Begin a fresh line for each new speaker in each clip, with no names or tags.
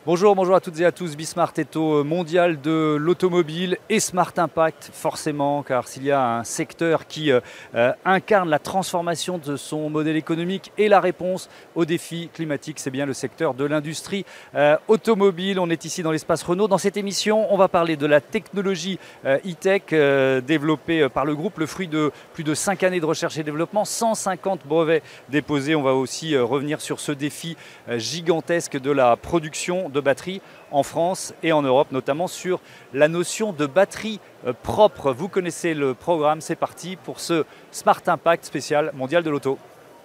Bonjour, bonjour à toutes et à tous. Bismart est au mondial de l'automobile et Smart Impact, forcément, car s'il y a un secteur qui incarne la transformation de son modèle économique et la réponse aux défis climatiques, c'est bien le secteur de l'industrie automobile. On est ici dans l'espace Renault. Dans cette émission, on va parler de la technologie e-tech développée par le groupe, le fruit de plus de 5 années de recherche et développement, 150 brevets déposés. On va aussi revenir sur ce défi gigantesque de la production de batteries en France et en Europe, notamment sur la notion de batterie propre. Vous connaissez le programme, c'est parti pour ce Smart Impact spécial mondial de l'auto.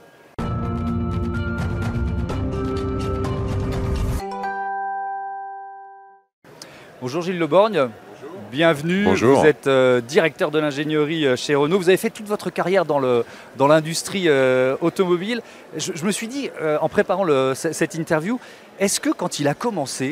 Bonjour Gilles Leborgne. Bienvenue,
Bonjour.
Vous êtes directeur de l'ingénierie chez Renault. Vous avez fait toute votre carrière dans l'industrie automobile. Je me suis dit, en préparant cette interview, est-ce que quand il a commencé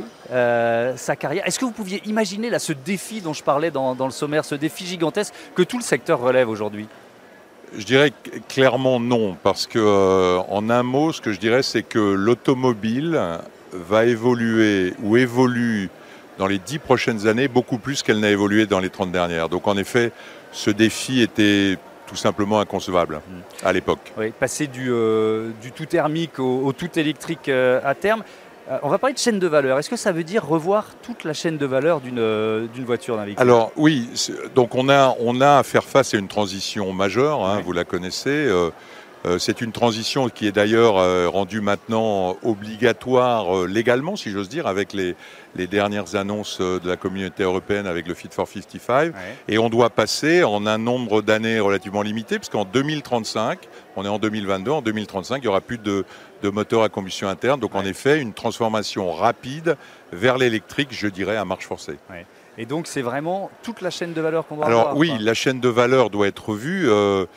sa carrière, est-ce que vous pouviez imaginer là, ce défi dont je parlais dans le sommaire, ce défi gigantesque que tout le secteur relève aujourd'hui ?
Je dirais clairement non, parce que en un mot, ce que je dirais, c'est que l'automobile va évoluer ou évolue dans les 10 prochaines années beaucoup plus qu'elle n'a évolué dans les 30 dernières. Donc en effet, ce défi était tout simplement inconcevable à l'époque.
Oui, passer du tout thermique au tout électrique à terme. On va parler de chaîne de valeur. Est-ce que ça veut dire revoir toute la chaîne de valeur d'une voiture, d'un véhicule ?
Alors oui, donc on a à faire face à une transition majeure,
Oui.
vous la connaissez. C'est une transition qui est d'ailleurs rendue maintenant obligatoire légalement, si j'ose dire, avec les dernières annonces de la communauté européenne avec le Fit for 55.
Ouais.
Et on doit passer en un nombre d'années relativement limité, puisqu'en 2035, on est en 2022, en 2035, il n'y aura plus de moteurs à combustion interne. Donc en effet, une transformation rapide vers l'électrique, je dirais, à marche forcée.
Ouais. Et donc c'est vraiment toute la chaîne de valeur qu'on doit
Alors
avoir,
oui,
quoi.
la chaîne de valeur doit être revue.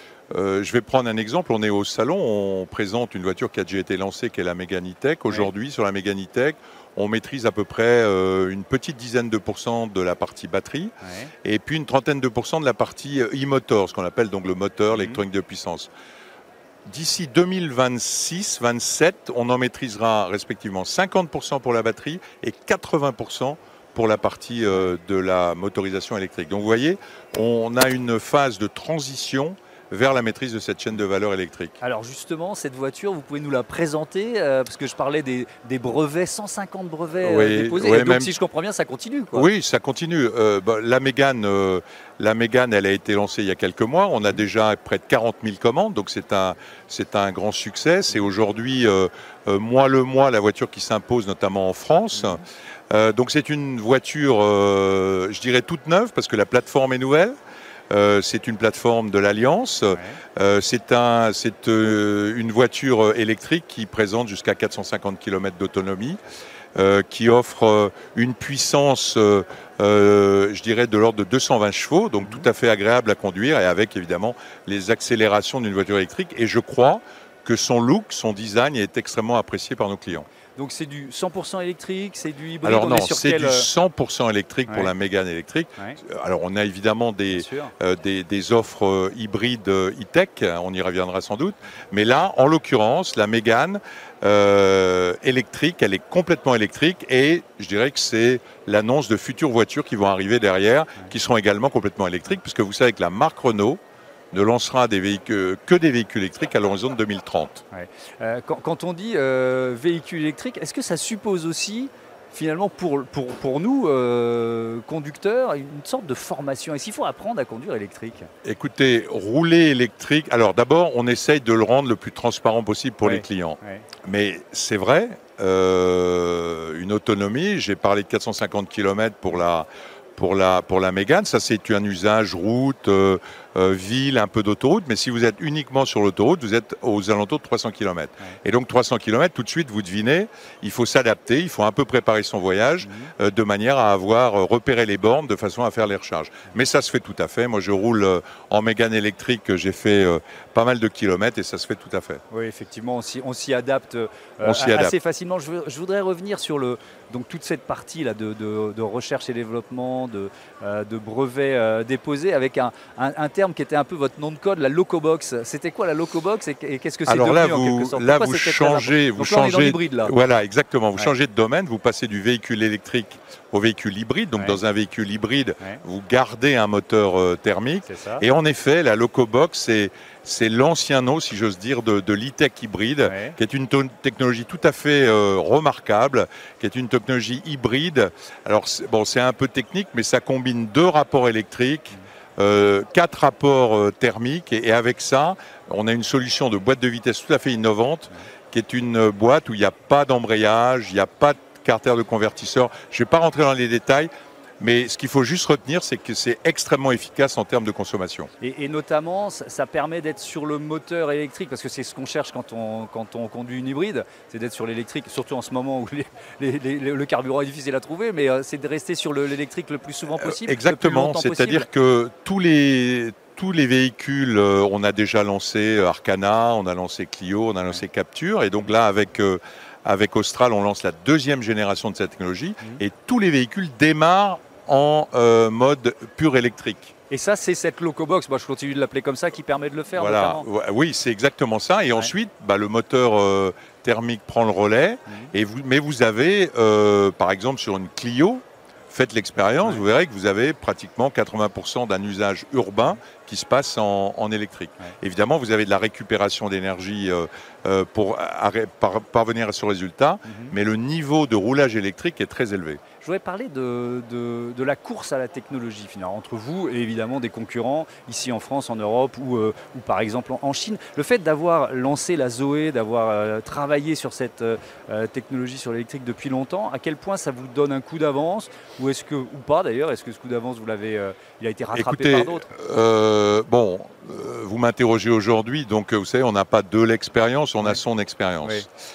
Je vais prendre un exemple. On est au salon, on présente une voiture qui a déjà été lancée, qui est la Mégane E-Tech. Aujourd'hui, sur la Mégane E-Tech, on maîtrise à peu près une petite dizaine de pourcents de la partie batterie, et puis une trentaine de pourcents de la partie e-motor, ce qu'on appelle donc le moteur, l'électronique de puissance. D'ici 2026-27, on en maîtrisera respectivement 50% pour la batterie et 80% pour la partie de la motorisation électrique. Donc vous voyez, on a une phase de transition vers la maîtrise de cette chaîne de valeur électrique.
Alors justement, cette voiture, vous pouvez nous la présenter parce que je parlais des brevets, 150 brevets déposés. Et donc si je comprends bien, ça continue, quoi.
Oui, ça continue. La Mégane, elle a été lancée il y a quelques mois. On a déjà près de 40 000 commandes, donc c'est un grand succès. C'est aujourd'hui, mois le mois, la voiture qui s'impose, notamment en France. Donc c'est une voiture, je dirais, toute neuve, parce que la plateforme est nouvelle. C'est une plateforme de l'Alliance. C'est une voiture électrique qui présente jusqu'à 450 km d'autonomie, qui offre une puissance, je dirais, de l'ordre de 220 chevaux, donc tout à fait agréable à conduire, et avec évidemment les accélérations d'une voiture électrique. Et je crois que son look, son design est extrêmement apprécié par nos clients.
Donc c'est du 100% électrique, c'est du hybride.
Alors non, c'est du 100% électrique pour la Mégane électrique. Alors on a évidemment des offres hybrides e-tech, on y reviendra sans doute. Mais là, en l'occurrence, la Mégane électrique, elle est complètement électrique, et je dirais que c'est l'annonce de futures voitures qui vont arriver derrière, qui seront également complètement électriques, puisque vous savez que la marque Renault ne lancera que des véhicules électriques à l'horizon de 2030.
Quand on dit véhicule électrique, est-ce que ça suppose aussi, finalement, pour nous, conducteurs, une sorte de formation ? Est-ce qu'il faut apprendre à conduire électrique ?
Écoutez, rouler électrique, alors d'abord, on essaye de le rendre le plus transparent possible pour les clients. Mais c'est vrai, une autonomie, j'ai parlé de 450 km pour la Mégane, ça c'est un usage route, ville, un peu d'autoroute, mais si vous êtes uniquement sur l'autoroute, vous êtes aux alentours de 300 km. Et donc 300 km, tout de suite, vous devinez, il faut s'adapter, il faut un peu préparer son voyage de manière à avoir repéré les bornes de façon à faire les recharges. Mais ça se fait tout à fait. Moi, je roule en Mégane électrique, j'ai fait pas mal de kilomètres et ça se fait tout à fait.
Oui, effectivement, on s'y adapte assez facilement. Je voudrais revenir sur donc toute cette partie là de recherche et développement, de brevets déposés avec un terme qui était un peu votre nom de code, la Locobox. C'était quoi la Locobox et qu'est-ce que c'est
Alors
devenu
là,
en quelque sorte?
vous changez,
Donc là, on est dans l'hybride, là.
Voilà, exactement. Vous changez de domaine, vous passez du véhicule électrique au véhicule hybride. Donc dans un véhicule hybride, vous gardez un moteur thermique. Et en effet, la Locobox, c'est l'ancien nom, si j'ose dire, de l'e-tech hybride, qui est une technologie tout à fait remarquable, qui est une technologie hybride. Alors bon, c'est un peu technique, mais ça combine 2 rapports électriques, 4 rapports thermiques, et avec ça, on a une solution de boîte de vitesse tout à fait innovante, qui est une boîte où il n'y a pas d'embrayage, il n'y a pas de carter de convertisseur. Je ne vais pas rentrer dans les détails, mais ce qu'il faut juste retenir, c'est que c'est extrêmement efficace en termes de consommation.
Et notamment, ça permet d'être sur le moteur électrique, parce que c'est ce qu'on cherche quand on conduit une hybride, c'est d'être sur l'électrique, surtout en ce moment où le carburant est difficile à trouver, mais c'est de rester sur l'électrique le plus souvent possible.
Exactement, c'est-à-dire que tous les véhicules, on a déjà lancé Arcana, on a lancé Clio, on a lancé Capture, et donc là, avec Austral, on lance la 2e génération de cette technologie, et tous les véhicules démarrent en mode pur électrique.
Et ça, c'est cette Locobox, moi je continue de l'appeler comme ça, qui permet de le faire.
Voilà,
notamment.
Oui, c'est exactement ça. Et ensuite, le moteur thermique prend le relais. Mais vous avez, par exemple, sur une Clio, faites l'expérience, vous verrez que vous avez pratiquement 80% d'un usage urbain qui se passe en électrique. Évidemment, vous avez de la récupération d'énergie pour parvenir à ce résultat, mais le niveau de roulage électrique est très élevé.
Je voudrais parler de la course à la technologie finalement, entre vous et évidemment des concurrents ici en France, en Europe ou par exemple en Chine. Le fait d'avoir lancé la Zoé, d'avoir travaillé sur cette technologie sur l'électrique depuis longtemps, à quel point ça vous donne un coup d'avance ou pas d'ailleurs, est-ce que ce coup d'avance il a été rattrapé par d'autres?
Vous m'interrogez aujourd'hui, donc vous savez, on n'a pas de l'expérience, on a son expérience.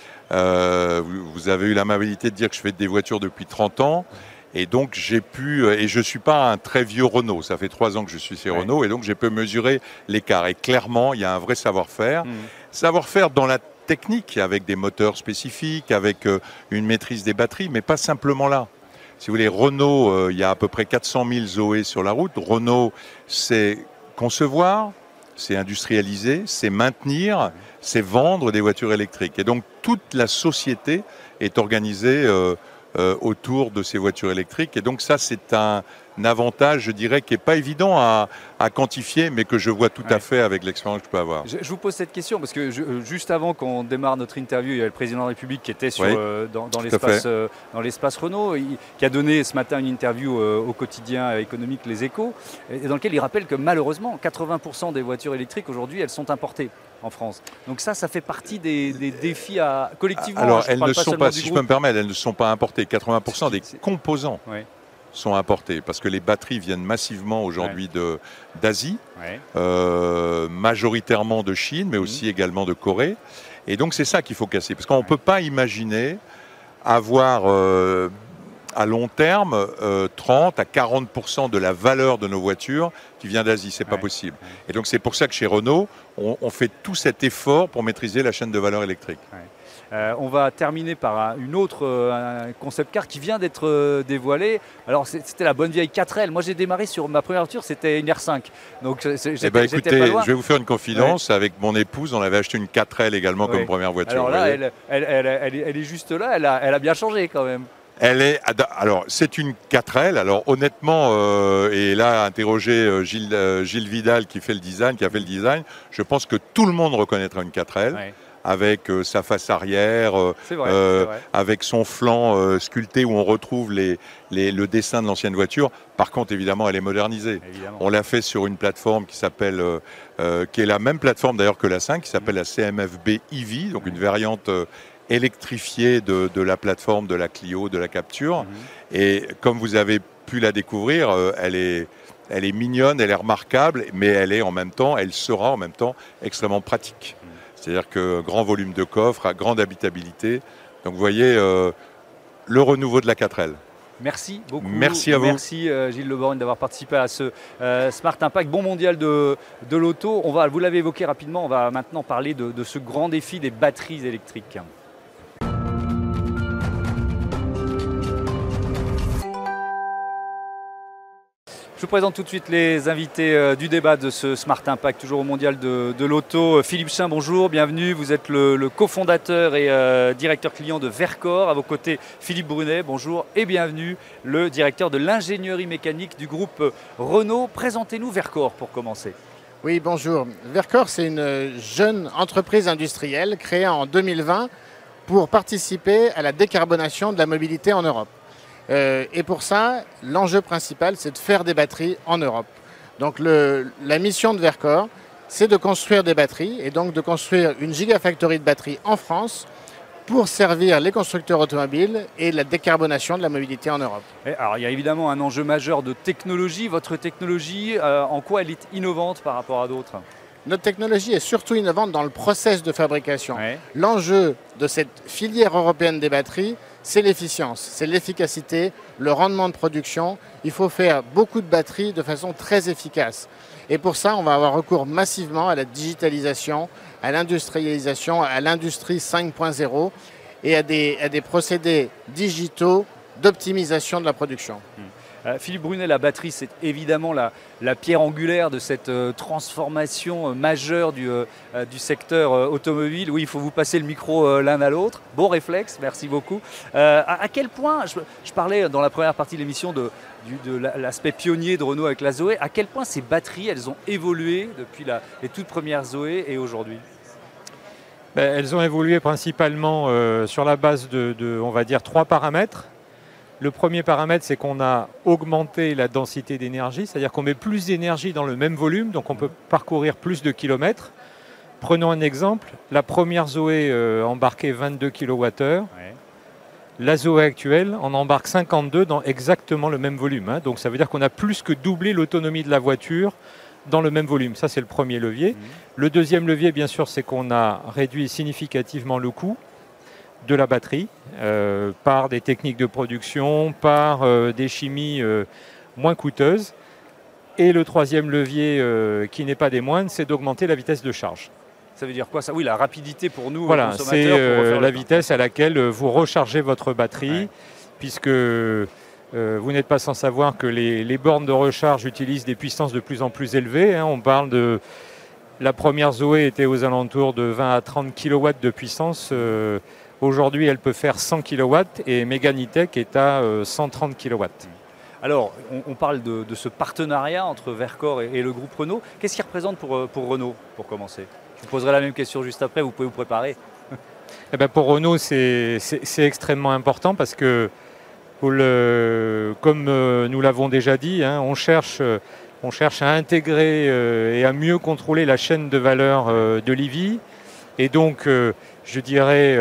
Vous avez eu l'amabilité de dire que je fais des voitures depuis 30 ans. Et donc j'ai pu, et je ne suis pas un très vieux Renault, ça fait 3 ans que je suis chez Renault, et donc j'ai pu mesurer l'écart. Et clairement, il y a un vrai savoir-faire. Savoir-faire dans la technique, avec des moteurs spécifiques, avec une maîtrise des batteries, mais pas simplement là. Si vous voulez, Renault, il y a à peu près 400 000 Zoé sur la route. Renault, c'est concevoir, c'est industrialiser, c'est maintenir, c'est vendre des voitures électriques. Et donc toute la société est organisée autour de ces voitures électriques. Et donc ça, c'est un avantage, je dirais, qui n'est pas évident à quantifier, mais que je vois tout à fait avec l'expérience que je peux avoir.
Je vous pose cette question parce que juste avant qu'on démarre notre interview, il y a le président de la République qui était dans l'espace Renault, qui a donné ce matin une interview au quotidien économique Les Échos, et dans lequel il rappelle que malheureusement, 80% des voitures électriques aujourd'hui, elles sont importées en France. Donc ça fait partie des défis collectivement.
Alors, elles ne sont pas, si je peux me permettre, elles ne sont pas importées. 80% des composants sont importés parce que les batteries viennent massivement aujourd'hui d'Asie, majoritairement de Chine, mais aussi également de Corée. Et donc c'est ça qu'il faut casser, parce qu'on ne peut pas imaginer avoir à long terme 30 à 40% de la valeur de nos voitures qui vient d'Asie. C'est pas possible. Et donc c'est pour ça que chez Renault, on fait tout cet effort pour maîtriser la chaîne de valeur électrique.
On va terminer par un autre concept car qui vient d'être dévoilé. Alors c'était la bonne vieille 4L. Moi j'ai démarré sur ma première voiture, c'était une R5. Donc
écoutez, pas loin. Je vais vous faire une confidence. Avec mon épouse, on avait acheté une 4L également comme première voiture.
Alors là, elle est juste là. Elle a bien changé quand même.
Alors, c'est une 4L. Alors, honnêtement, et là, interroger Gilles Vidal qui fait le design, je pense que tout le monde reconnaîtra une 4L. Avec sa face arrière,
c'est vrai.
avec son flanc sculpté où on retrouve le dessin de l'ancienne voiture. Par contre, évidemment, elle est modernisée. On l'a fait sur une plateforme qui s'appelle, qui est la même plateforme d'ailleurs que la 5, qui s'appelle la CMF-B EV, donc une variante électrifiée de la plateforme de la Clio, de la Capture. Et comme vous avez pu la découvrir, elle est mignonne, elle est remarquable, mais elle sera en même temps extrêmement pratique. C'est-à-dire que grand volume de coffre, à grande habitabilité. Donc vous voyez le renouveau de la 4L.
Merci beaucoup.
Merci à vous.
Merci Gilles Le Borgne d'avoir participé à ce Smart Impact, bon mondial de l'auto. Vous l'avez évoqué rapidement, on va maintenant parler de ce grand défi des batteries électriques. Je vous présente tout de suite les invités du débat de ce Smart Impact, toujours au Mondial de l'Auto. Philippe Chin, bonjour, bienvenue. Vous êtes le cofondateur et directeur client de Verkor. À vos côtés, Philippe Brunet, bonjour et bienvenue, le directeur de l'ingénierie mécanique du groupe Renault. Présentez-nous Verkor pour commencer.
Oui, bonjour. Verkor, c'est une jeune entreprise industrielle créée en 2020 pour participer à la décarbonation de la mobilité en Europe. Et pour ça, l'enjeu principal, c'est de faire des batteries en Europe. Donc la mission de Verkor, c'est de construire des batteries et donc de construire une gigafactory de batteries en France pour servir les constructeurs automobiles et la décarbonation de la mobilité en Europe.
Alors, il y a évidemment un enjeu majeur de technologie. Votre technologie, en quoi elle est innovante par rapport à d'autres ?
Notre technologie est surtout innovante dans le process de fabrication.
Ouais.
L'enjeu de cette filière européenne des batteries, c'est l'efficience, c'est l'efficacité, le rendement de production. Il faut faire beaucoup de batteries de façon très efficace. Et pour ça, on va avoir recours massivement à la digitalisation, à l'industrialisation, à l'industrie 5.0 et à des procédés digitaux d'optimisation de la production.
Philippe Brunet, la batterie, c'est évidemment la pierre angulaire de cette transformation majeure du secteur automobile. Oui, il faut vous passer le micro l'un à l'autre. Bon réflexe, merci beaucoup. À quel point, je parlais dans la première partie de l'émission de l'aspect pionnier de Renault avec la Zoé, à quel point ces batteries, elles ont évolué depuis les toutes premières Zoé et aujourd'hui ?
Elles ont évolué principalement sur la base de, on va dire, 3 paramètres. Le premier paramètre, c'est qu'on a augmenté la densité d'énergie, c'est-à-dire qu'on met plus d'énergie dans le même volume, donc on peut parcourir plus de kilomètres. Prenons un exemple, la première Zoé embarquait 22 kWh, la Zoé actuelle en embarque 52 dans exactement le même volume. Donc ça veut dire qu'on a plus que doublé l'autonomie de la voiture dans le même volume. Ça, c'est le premier levier. Le deuxième levier, bien sûr, c'est qu'on a réduit significativement le coût de la batterie par des techniques de production, par des chimies moins coûteuses. Et le troisième levier, qui n'est pas des moindres, c'est d'augmenter la vitesse de charge.
Ça veut dire quoi ça ? Oui, la rapidité pour nous,
voilà,
consommateurs.
C'est la vitesse à laquelle vous rechargez votre batterie, puisque vous n'êtes pas sans savoir que les bornes de recharge utilisent des puissances de plus en plus élevées. On parle de... La première Zoé était aux alentours de 20 à 30 kW de puissance. Aujourd'hui, elle peut faire 100 kW et Mégane E-Tech est à 130 kW.
Alors, on parle de ce partenariat entre Verkor et le groupe Renault. Qu'est-ce qu'il représente pour Renault, pour commencer ? Je vous poserai la même question juste après, vous pouvez vous préparer.
Pour Renault, c'est extrêmement important parce que, comme nous l'avons déjà dit, on cherche à intégrer et à mieux contrôler la chaîne de valeur de l'EV. Et donc, je dirais...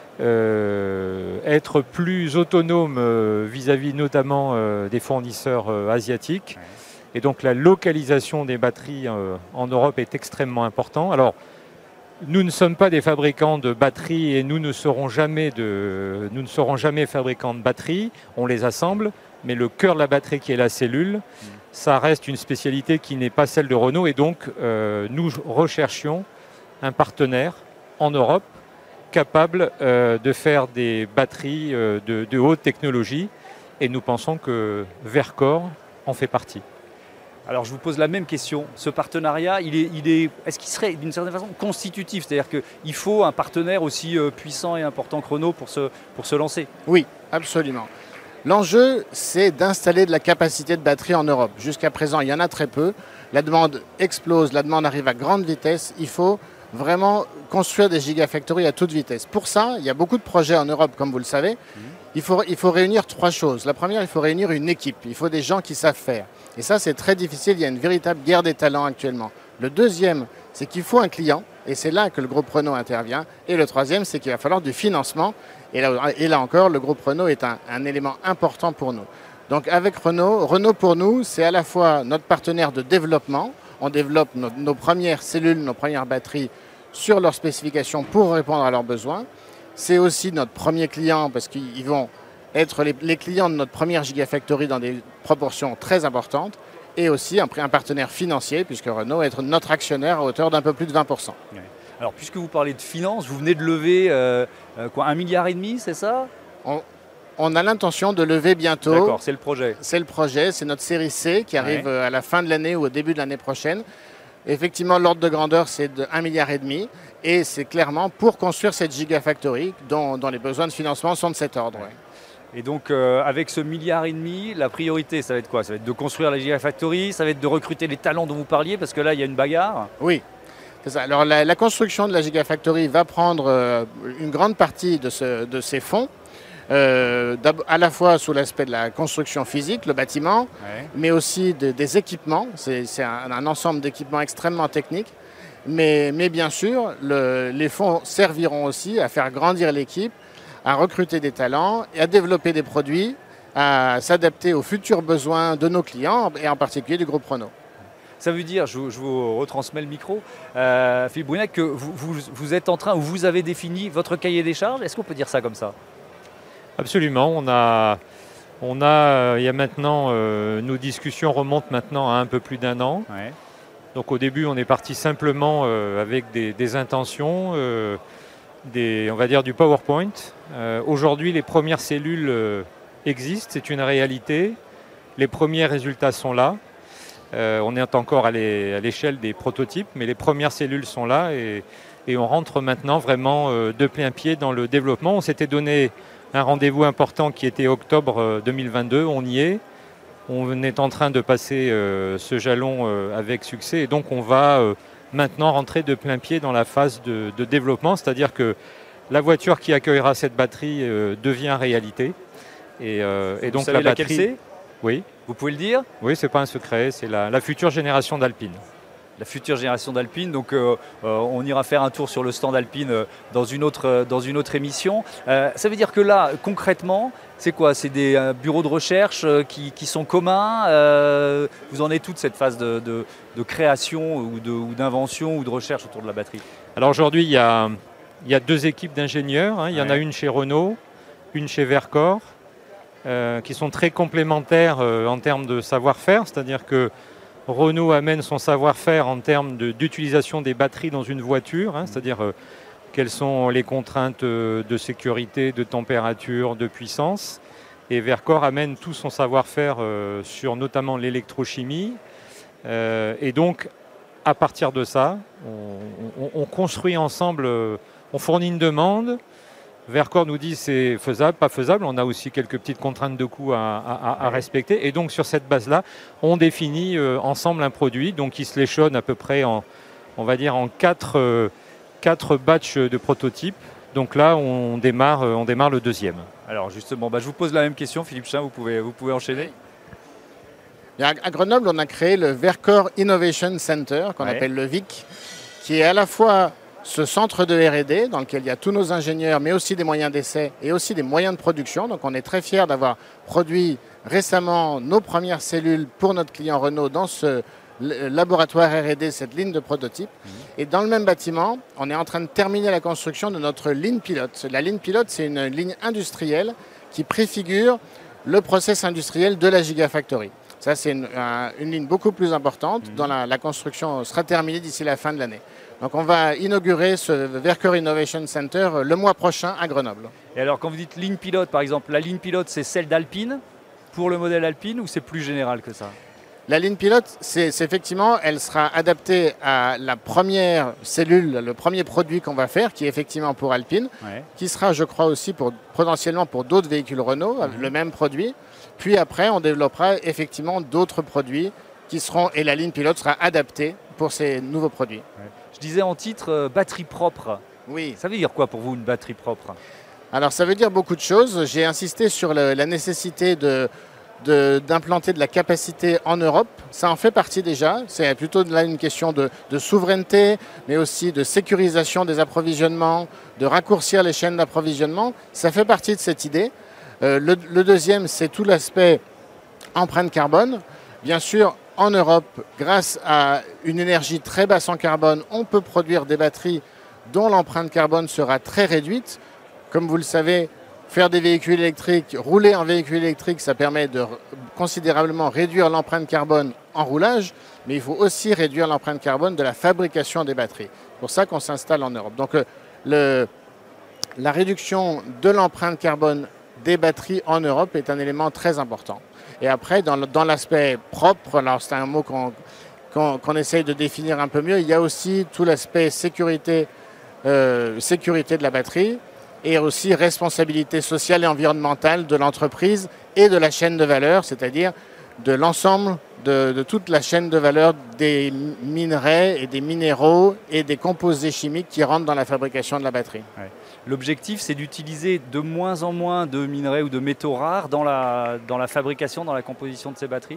être plus autonome vis-à-vis notamment des fournisseurs asiatiques. Et donc la localisation des batteries en Europe est extrêmement importante. Alors, nous ne sommes pas des fabricants de batteries et nous ne serons jamais fabricants de batteries. On les assemble, mais le cœur de la batterie qui est la cellule, ça reste une spécialité qui n'est pas celle de Renault. Et donc, nous recherchions un partenaire en Europe capable de faire des batteries de haute technologie et nous pensons que Verkor en fait partie.
Alors je vous pose la même question, ce partenariat, est-ce qu'il serait d'une certaine façon constitutif ? C'est-à-dire qu'il faut un partenaire aussi puissant et important que Renault pour se lancer ?
Oui, absolument. L'enjeu, c'est d'installer de la capacité de batterie en Europe. Jusqu'à présent, il y en a très peu. La demande explose, la demande arrive à grande vitesse. Il faut vraiment construire des gigafactories à toute vitesse. Pour ça, il y a beaucoup de projets en Europe, comme vous le savez. Il faut réunir 3 choses. La première, il faut réunir une équipe. Il faut des gens qui savent faire. Et ça, c'est très difficile. Il y a une véritable guerre des talents actuellement. Le deuxième, c'est qu'il faut un client. Et c'est là que le groupe Renault intervient. Et le troisième, c'est qu'il va falloir du financement. Et là encore, le groupe Renault est un élément important pour nous. Donc avec Renault pour nous, c'est à la fois notre partenaire de développement. On développe nos premières cellules, nos premières batteries sur leurs spécifications pour répondre à leurs besoins. C'est aussi notre premier client parce qu'ils vont être les clients de notre première Gigafactory dans des proportions très importantes. Et aussi un partenaire financier puisque Renault va être notre actionnaire à hauteur d'un peu plus de 20%.
Ouais. Alors puisque vous parlez de finances, vous venez de lever 1,5 milliard, c'est ça ?
On a l'intention de lever bientôt.
D'accord, c'est le projet.
C'est le projet, c'est notre série C qui arrive à la fin de l'année ou au début de l'année prochaine. Effectivement, l'ordre de grandeur, c'est de 1,5 milliard. Et c'est clairement pour construire cette Gigafactory dont les besoins de financement sont de cet ordre. Ouais.
Et donc, avec ce 1,5 milliard, la priorité, ça va être quoi? Ça va être de construire la Gigafactory, ça va être de recruter les talents dont vous parliez, parce que là, il y a une bagarre.
Oui, c'est ça. Alors, la construction de la Gigafactory va prendre une grande partie de ces fonds, à la fois sous l'aspect de la construction physique, le bâtiment, mais aussi des équipements. C'est un ensemble d'équipements extrêmement techniques. Mais bien sûr, les fonds serviront aussi à faire grandir l'équipe, à recruter des talents et à développer des produits, à s'adapter aux futurs besoins de nos clients et en particulier du groupe Renault.
Ça veut dire, je vous retransmets le micro, Philippe Brunel, que vous êtes en train, ou vous avez défini votre cahier des charges. Est-ce qu'on peut dire ça comme ça?
Absolument. Il y a maintenant, nos discussions remontent maintenant à un peu plus d'1 an.
Ouais.
Donc au début, on est parti simplement avec des intentions, on va dire du PowerPoint. Aujourd'hui, les premières cellules existent, c'est une réalité. Les premiers résultats sont là. On est encore à l'échelle des prototypes, mais les premières cellules sont là et on rentre maintenant vraiment de plein pied dans le développement. On s'était donné un rendez-vous important qui était octobre 2022, on y est. On est en train de passer ce jalon avec succès et donc on va maintenant rentrer de plein pied dans la phase de développement, c'est-à-dire que la voiture qui accueillera cette batterie devient réalité. Et
Vous
donc
savez
la
laquelle
batterie,
c'est?
oui,
Vous pouvez le dire?
oui, c'est pas un secret, c'est la future génération d'Alpine.
La future génération d'Alpine. Donc on ira faire un tour sur le stand Alpine dans une autre émission. Ça veut dire que là, concrètement, c'est quoi? C'est des bureaux de recherche qui sont communs. Vous en êtes toute cette phase de création ou d'invention ou de recherche autour de la batterie?
Alors aujourd'hui, il y a 2 équipes d'ingénieurs. Hein. Il y en a une chez Renault, une chez Verkor, qui sont très complémentaires en termes de savoir-faire. C'est-à-dire que Renault amène son savoir-faire en termes d'utilisation des batteries dans une voiture, hein, c'est-à-dire quelles sont les contraintes de sécurité, de température, de puissance. Et Verkor amène tout son savoir-faire sur notamment l'électrochimie. Et donc, à partir de ça, on construit ensemble, on fournit une demande. Verkor nous dit c'est faisable, pas faisable. On a aussi quelques petites contraintes de coût à respecter. Et donc sur cette base-là, on définit ensemble un produit donc qui se l'échelonne à peu près on va dire en 4 batchs de prototypes. Donc là, on démarre le 2e.
Alors justement, je vous pose la même question, Philippe Chin, vous pouvez enchaîner.
À Grenoble, on a créé le Verkor Innovation Center, qu'on appelle le VIC, qui est à la fois ce centre de R&D dans lequel il y a tous nos ingénieurs, mais aussi des moyens d'essai et aussi des moyens de production. Donc on est très fiers d'avoir produit récemment nos premières cellules pour notre client Renault dans ce laboratoire R&D, cette ligne de prototype. Et dans le même bâtiment, on est en train de terminer la construction de notre ligne pilote. La ligne pilote, c'est une ligne industrielle qui préfigure le process industriel de la Gigafactory. Ça, c'est une ligne beaucoup plus importante dont la construction sera terminée d'ici la fin de l'année. Donc on va inaugurer ce Verkor Innovation Center le mois prochain à Grenoble.
Et alors quand vous dites ligne pilote, par exemple, la ligne pilote c'est celle d'Alpine pour le modèle Alpine ou c'est plus général que ça?
La ligne pilote, c'est effectivement, elle sera adaptée à la première cellule, le premier produit qu'on va faire, qui est effectivement pour Alpine, qui sera, je crois, aussi potentiellement pour d'autres véhicules Renault, le même produit. Puis après, on développera effectivement d'autres produits qui seront, et la ligne pilote sera adaptée pour ces nouveaux produits.
Je disais en titre, batterie propre.
Oui.
Ça veut dire quoi pour vous une batterie propre?
Alors ça veut dire beaucoup de choses. J'ai insisté sur la nécessité d'implanter de la capacité en Europe. Ça en fait partie déjà. C'est plutôt là une question de souveraineté, mais aussi de sécurisation des approvisionnements, de raccourcir les chaînes d'approvisionnement. Ça fait partie de cette idée. Le deuxième, c'est tout l'aspect empreinte carbone. Bien sûr, en Europe, grâce à une énergie très basse en carbone, on peut produire des batteries dont l'empreinte carbone sera très réduite. Comme vous le savez, faire des véhicules électriques, rouler en véhicule électrique, ça permet de considérablement réduire l'empreinte carbone en roulage, mais il faut aussi réduire l'empreinte carbone de la fabrication des batteries. C'est pour ça qu'on s'installe en Europe. Donc la réduction de l'empreinte carbone des batteries en Europe est un élément très important. Et après, dans l'aspect propre, alors c'est un mot qu'on essaye de définir un peu mieux, il y a aussi tout l'aspect sécurité de la batterie et aussi responsabilité sociale et environnementale de l'entreprise et de la chaîne de valeur, c'est-à-dire de l'ensemble de toute la chaîne de valeur des minerais et des minéraux et des composés chimiques qui rentrent dans la fabrication de la batterie.
Ouais. L'objectif, c'est d'utiliser de moins en moins de minerais ou de métaux rares dans la fabrication, dans la composition de ces batteries?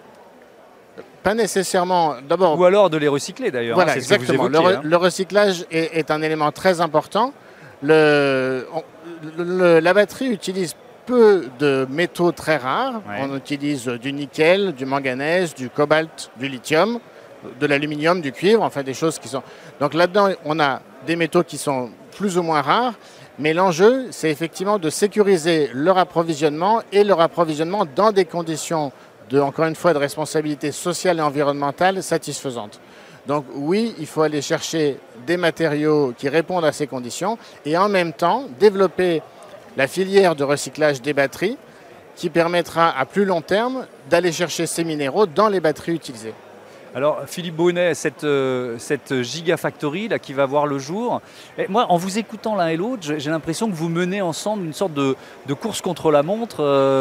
Pas nécessairement. D'abord,
ou alors de les recycler d'ailleurs.
Voilà,
c'est
exactement.
Ce que vous évoquiez,
le recyclage est un élément très important. La batterie utilise peu de métaux très rares.
Ouais.
On utilise du nickel, du manganèse, du cobalt, du lithium, de l'aluminium, du cuivre, enfin des choses qui sont... Donc là-dedans, on a des métaux qui sont plus ou moins rares, mais l'enjeu, c'est effectivement de sécuriser leur approvisionnement et leur approvisionnement dans des conditions encore une fois, de responsabilité sociale et environnementale satisfaisantes. Donc oui, il faut aller chercher des matériaux qui répondent à ces conditions et en même temps développer la filière de recyclage des batteries qui permettra à plus long terme d'aller chercher ces minéraux dans les batteries utilisées.
Alors Philippe Brunet, cette Gigafactory là, qui va voir le jour, et moi en vous écoutant l'un et l'autre, j'ai l'impression que vous menez ensemble une sorte de course contre la montre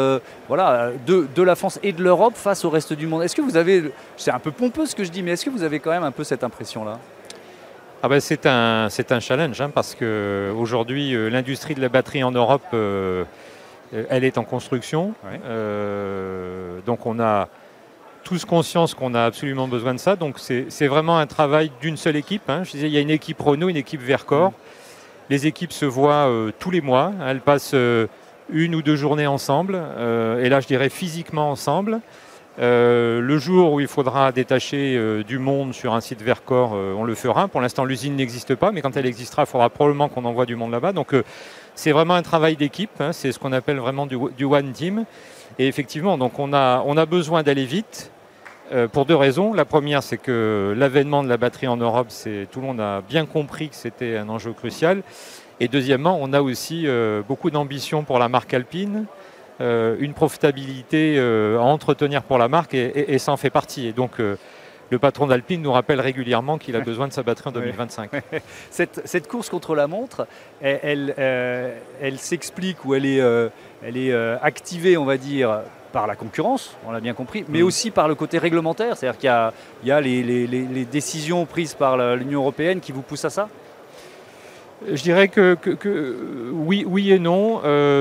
de la France et de l'Europe face au reste du monde. Est-ce que vous avez, c'est un peu pompeux ce que je dis, mais est-ce que vous avez quand même un peu cette impression-là ?
C'est un challenge parce qu'aujourd'hui l'industrie de la batterie en Europe, elle est en construction. Ouais. Donc on a tous conscience qu'on a absolument besoin de ça. Donc c'est vraiment un travail d'une seule équipe. Je disais, il y a une équipe Renault, une équipe Verkor. Les équipes se voient tous les mois. Elles passent 1 ou 2 journées ensemble. Et là, je dirais physiquement ensemble. Le jour où il faudra détacher du monde sur un site Verkor, on le fera. Pour l'instant, l'usine n'existe pas, mais quand elle existera, il faudra probablement qu'on envoie du monde là-bas. Donc c'est vraiment un travail d'équipe. C'est ce qu'on appelle vraiment du one team. Et effectivement, donc on a besoin d'aller vite pour 2 raisons. La première, c'est que l'avènement de la batterie en Europe, tout le monde a bien compris que c'était un enjeu crucial. Et deuxièmement, on a aussi beaucoup d'ambition pour la marque Alpine, une profitabilité à entretenir pour la marque et ça en fait partie. Et donc le patron d'Alpine nous rappelle régulièrement qu'il a besoin de sa batterie en 2025.
Cette course contre la montre, elle s'explique ou elle est activée, on va dire, par la concurrence, on l'a bien compris, mais aussi par le côté réglementaire. C'est-à-dire qu'il y a les décisions prises par l'Union européenne qui vous poussent à ça ?
Je dirais que oui et non.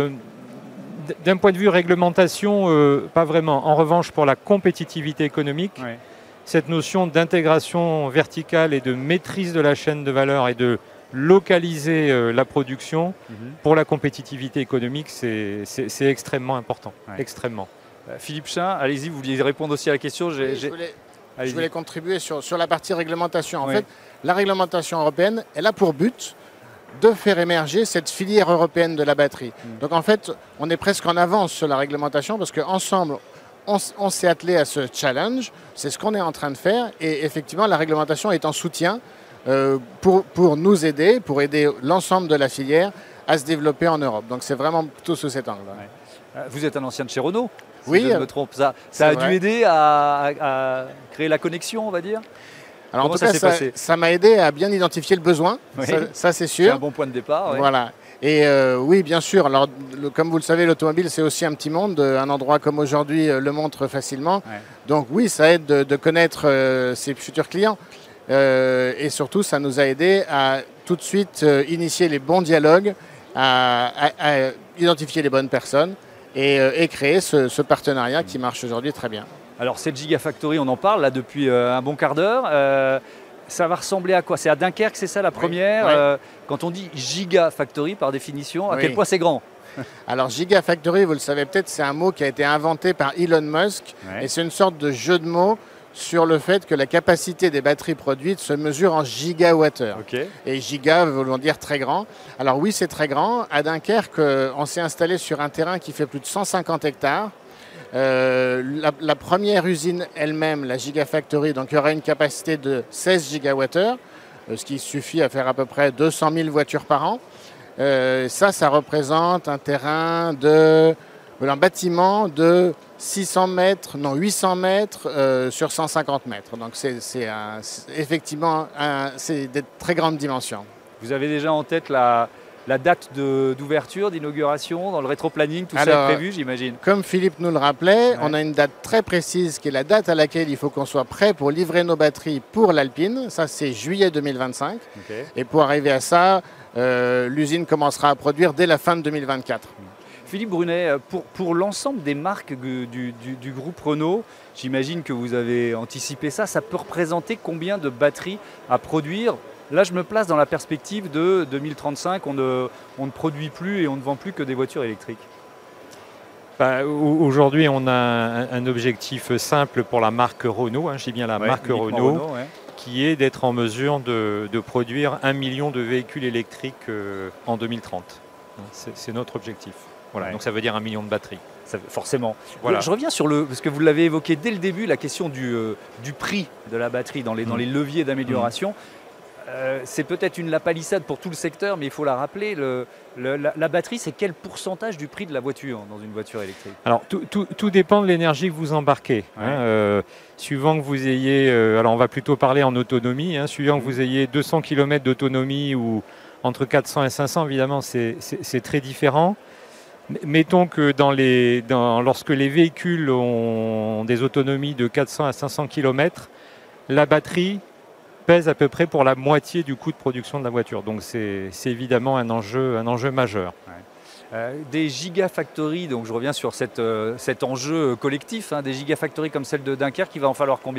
D'un point de vue réglementation, pas vraiment. En revanche, pour la compétitivité économique, ouais, cette notion d'intégration verticale et de maîtrise de la chaîne de valeur et de localiser la production pour la compétitivité économique, c'est extrêmement important. Ouais. Extrêmement.
Philippe Chin, allez-y, vous vouliez répondre aussi à la question.
Je voulais contribuer sur la partie réglementation. En fait, la réglementation européenne, elle a pour but de faire émerger cette filière européenne de la batterie. Donc en fait, on est presque en avance sur la réglementation parce qu'ensemble, on s'est attelé à ce challenge. C'est ce qu'on est en train de faire. Et effectivement, la réglementation est en soutien pour nous aider, pour aider l'ensemble de la filière à se développer en Europe. Donc c'est vraiment plutôt sous cet angle.
Ouais. Vous êtes un ancien de chez Renault, si
oui,
je me trompe. Ça a dû aider à créer la connexion, on va dire.
Alors en tout cas, ça m'a aidé à bien identifier le besoin, oui, ça c'est sûr.
C'est un bon point de départ. Ouais.
Voilà. Et oui, bien sûr. Alors, comme vous le savez, l'automobile, c'est aussi un petit monde. Un endroit comme aujourd'hui le montre facilement. Ouais. Donc oui, ça aide de connaître ses futurs clients. Et surtout, ça nous a aidé à tout de suite initier les bons dialogues, à identifier les bonnes personnes et créer ce partenariat qui marche aujourd'hui très bien.
Alors cette Gigafactory, on en parle là depuis un bon quart d'heure. Ça va ressembler à quoi ? C'est à Dunkerque, c'est ça la première ? Oui. Quand on dit Gigafactory, par définition, à quel point c'est grand ?
Alors Gigafactory, vous le savez peut-être, c'est un mot qui a été inventé par Elon Musk. Et c'est une sorte de jeu de mots sur le fait que la capacité des batteries produites se mesure en gigawattheures. Okay. Et giga veut dire très grand. Alors oui, c'est très grand. À Dunkerque, on s'est installé sur un terrain qui fait plus de 150 hectares. La première usine elle-même, la Gigafactory, donc il y aura une capacité de 16 gigawattheures, ce qui suffit à faire à peu près 200 000 voitures par an. Ça représente un terrain un bâtiment de 600 mètres, non 800 mètres sur 150 mètres. Donc effectivement, c'est des très grandes dimensions.
Vous avez déjà en tête la date d'ouverture, d'inauguration, dans le rétro-planning, tout ça est prévu, j'imagine.
Comme Philippe nous le rappelait, on a une date très précise qui est la date à laquelle il faut qu'on soit prêt pour livrer nos batteries pour l'Alpine. Ça, c'est juillet 2025. Okay. Et pour arriver à ça, l'usine commencera à produire dès la fin de 2024.
Philippe Brunet, pour l'ensemble des marques du groupe Renault, j'imagine que vous avez anticipé ça. Ça peut représenter combien de batteries à produire ? Là, je me place dans la perspective de 2035. On ne produit plus et on ne vend plus que des voitures électriques.
Aujourd'hui, on a un objectif simple pour la marque Renault. Je dis bien la marque Renault, qui est d'être en mesure de produire 1 million de véhicules électriques en 2030. C'est notre objectif. Voilà, donc ça veut dire 1 million de batteries.
Forcément. Voilà. Je reviens sur parce que vous l'avez évoqué dès le début, la question du prix de la batterie dans les leviers d'amélioration. C'est peut-être la palissade pour tout le secteur, mais il faut la rappeler. La batterie, c'est quel pourcentage du prix de la voiture dans une voiture électrique ?
Alors, tout dépend de l'énergie que vous embarquez. Suivant que vous ayez, alors on va plutôt parler en autonomie, suivant que vous ayez 200 km d'autonomie ou entre 400 et 500, évidemment, c'est très différent. Mettons que lorsque les véhicules ont des autonomies de 400 à 500 km, la batterie pèse à peu près pour la moitié du coût de production de la voiture. Donc c'est évidemment un enjeu majeur.
Des gigafactories, donc je reviens sur cet enjeu collectif, des gigafactories comme celle de Dunkerque, il va en falloir combien ?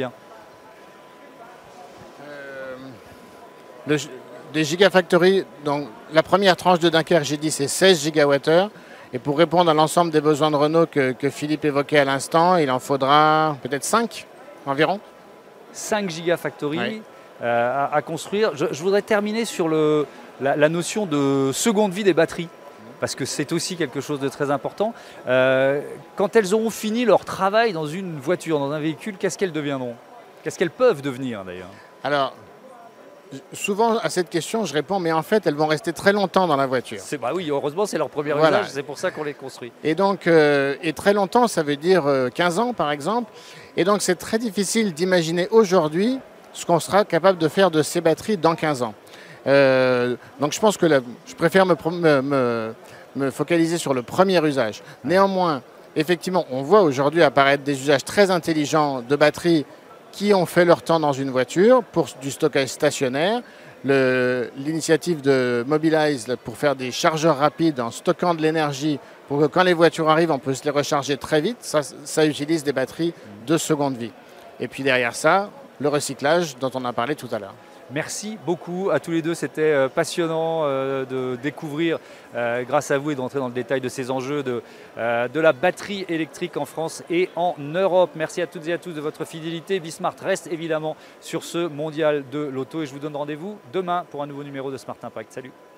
Des gigafactories, donc la première tranche de Dunkerque, j'ai dit, c'est 16 gigawattheures. Et pour répondre à l'ensemble des besoins de Renault que Philippe évoquait à l'instant, il en faudra peut-être 5 environ.
5 gigafactories à construire. Je voudrais terminer sur la notion de seconde vie des batteries, parce que c'est aussi quelque chose de très important. Quand elles auront fini leur travail dans une voiture, dans un véhicule, qu'est-ce qu'elles deviendront ? Qu'est-ce qu'elles peuvent devenir d'ailleurs ?
Alors, souvent à cette question, je réponds, mais en fait, elles vont rester très longtemps dans la voiture.
Oui, heureusement, c'est leur premier usage, c'est pour ça qu'on les construit.
Et donc, très longtemps, ça veut dire 15 ans, par exemple. Et donc, c'est très difficile d'imaginer aujourd'hui ce qu'on sera capable de faire de ces batteries dans 15 ans. Donc, je pense que je préfère me focaliser sur le premier usage. Néanmoins, effectivement, on voit aujourd'hui apparaître des usages très intelligents de batteries qui ont fait leur temps dans une voiture pour du stockage stationnaire. L'initiative de Mobilize pour faire des chargeurs rapides en stockant de l'énergie pour que quand les voitures arrivent, on puisse les recharger très vite. Ça utilise des batteries de seconde vie. Et puis derrière ça, le recyclage dont on a parlé tout à l'heure.
Merci beaucoup à tous les deux, c'était passionnant de découvrir grâce à vous et d'entrer dans le détail de ces enjeux de la batterie électrique en France et en Europe. Merci à toutes et à tous de votre fidélité. Bismart reste évidemment sur ce mondial de l'auto et je vous donne rendez-vous demain pour un nouveau numéro de Smart Impact. Salut.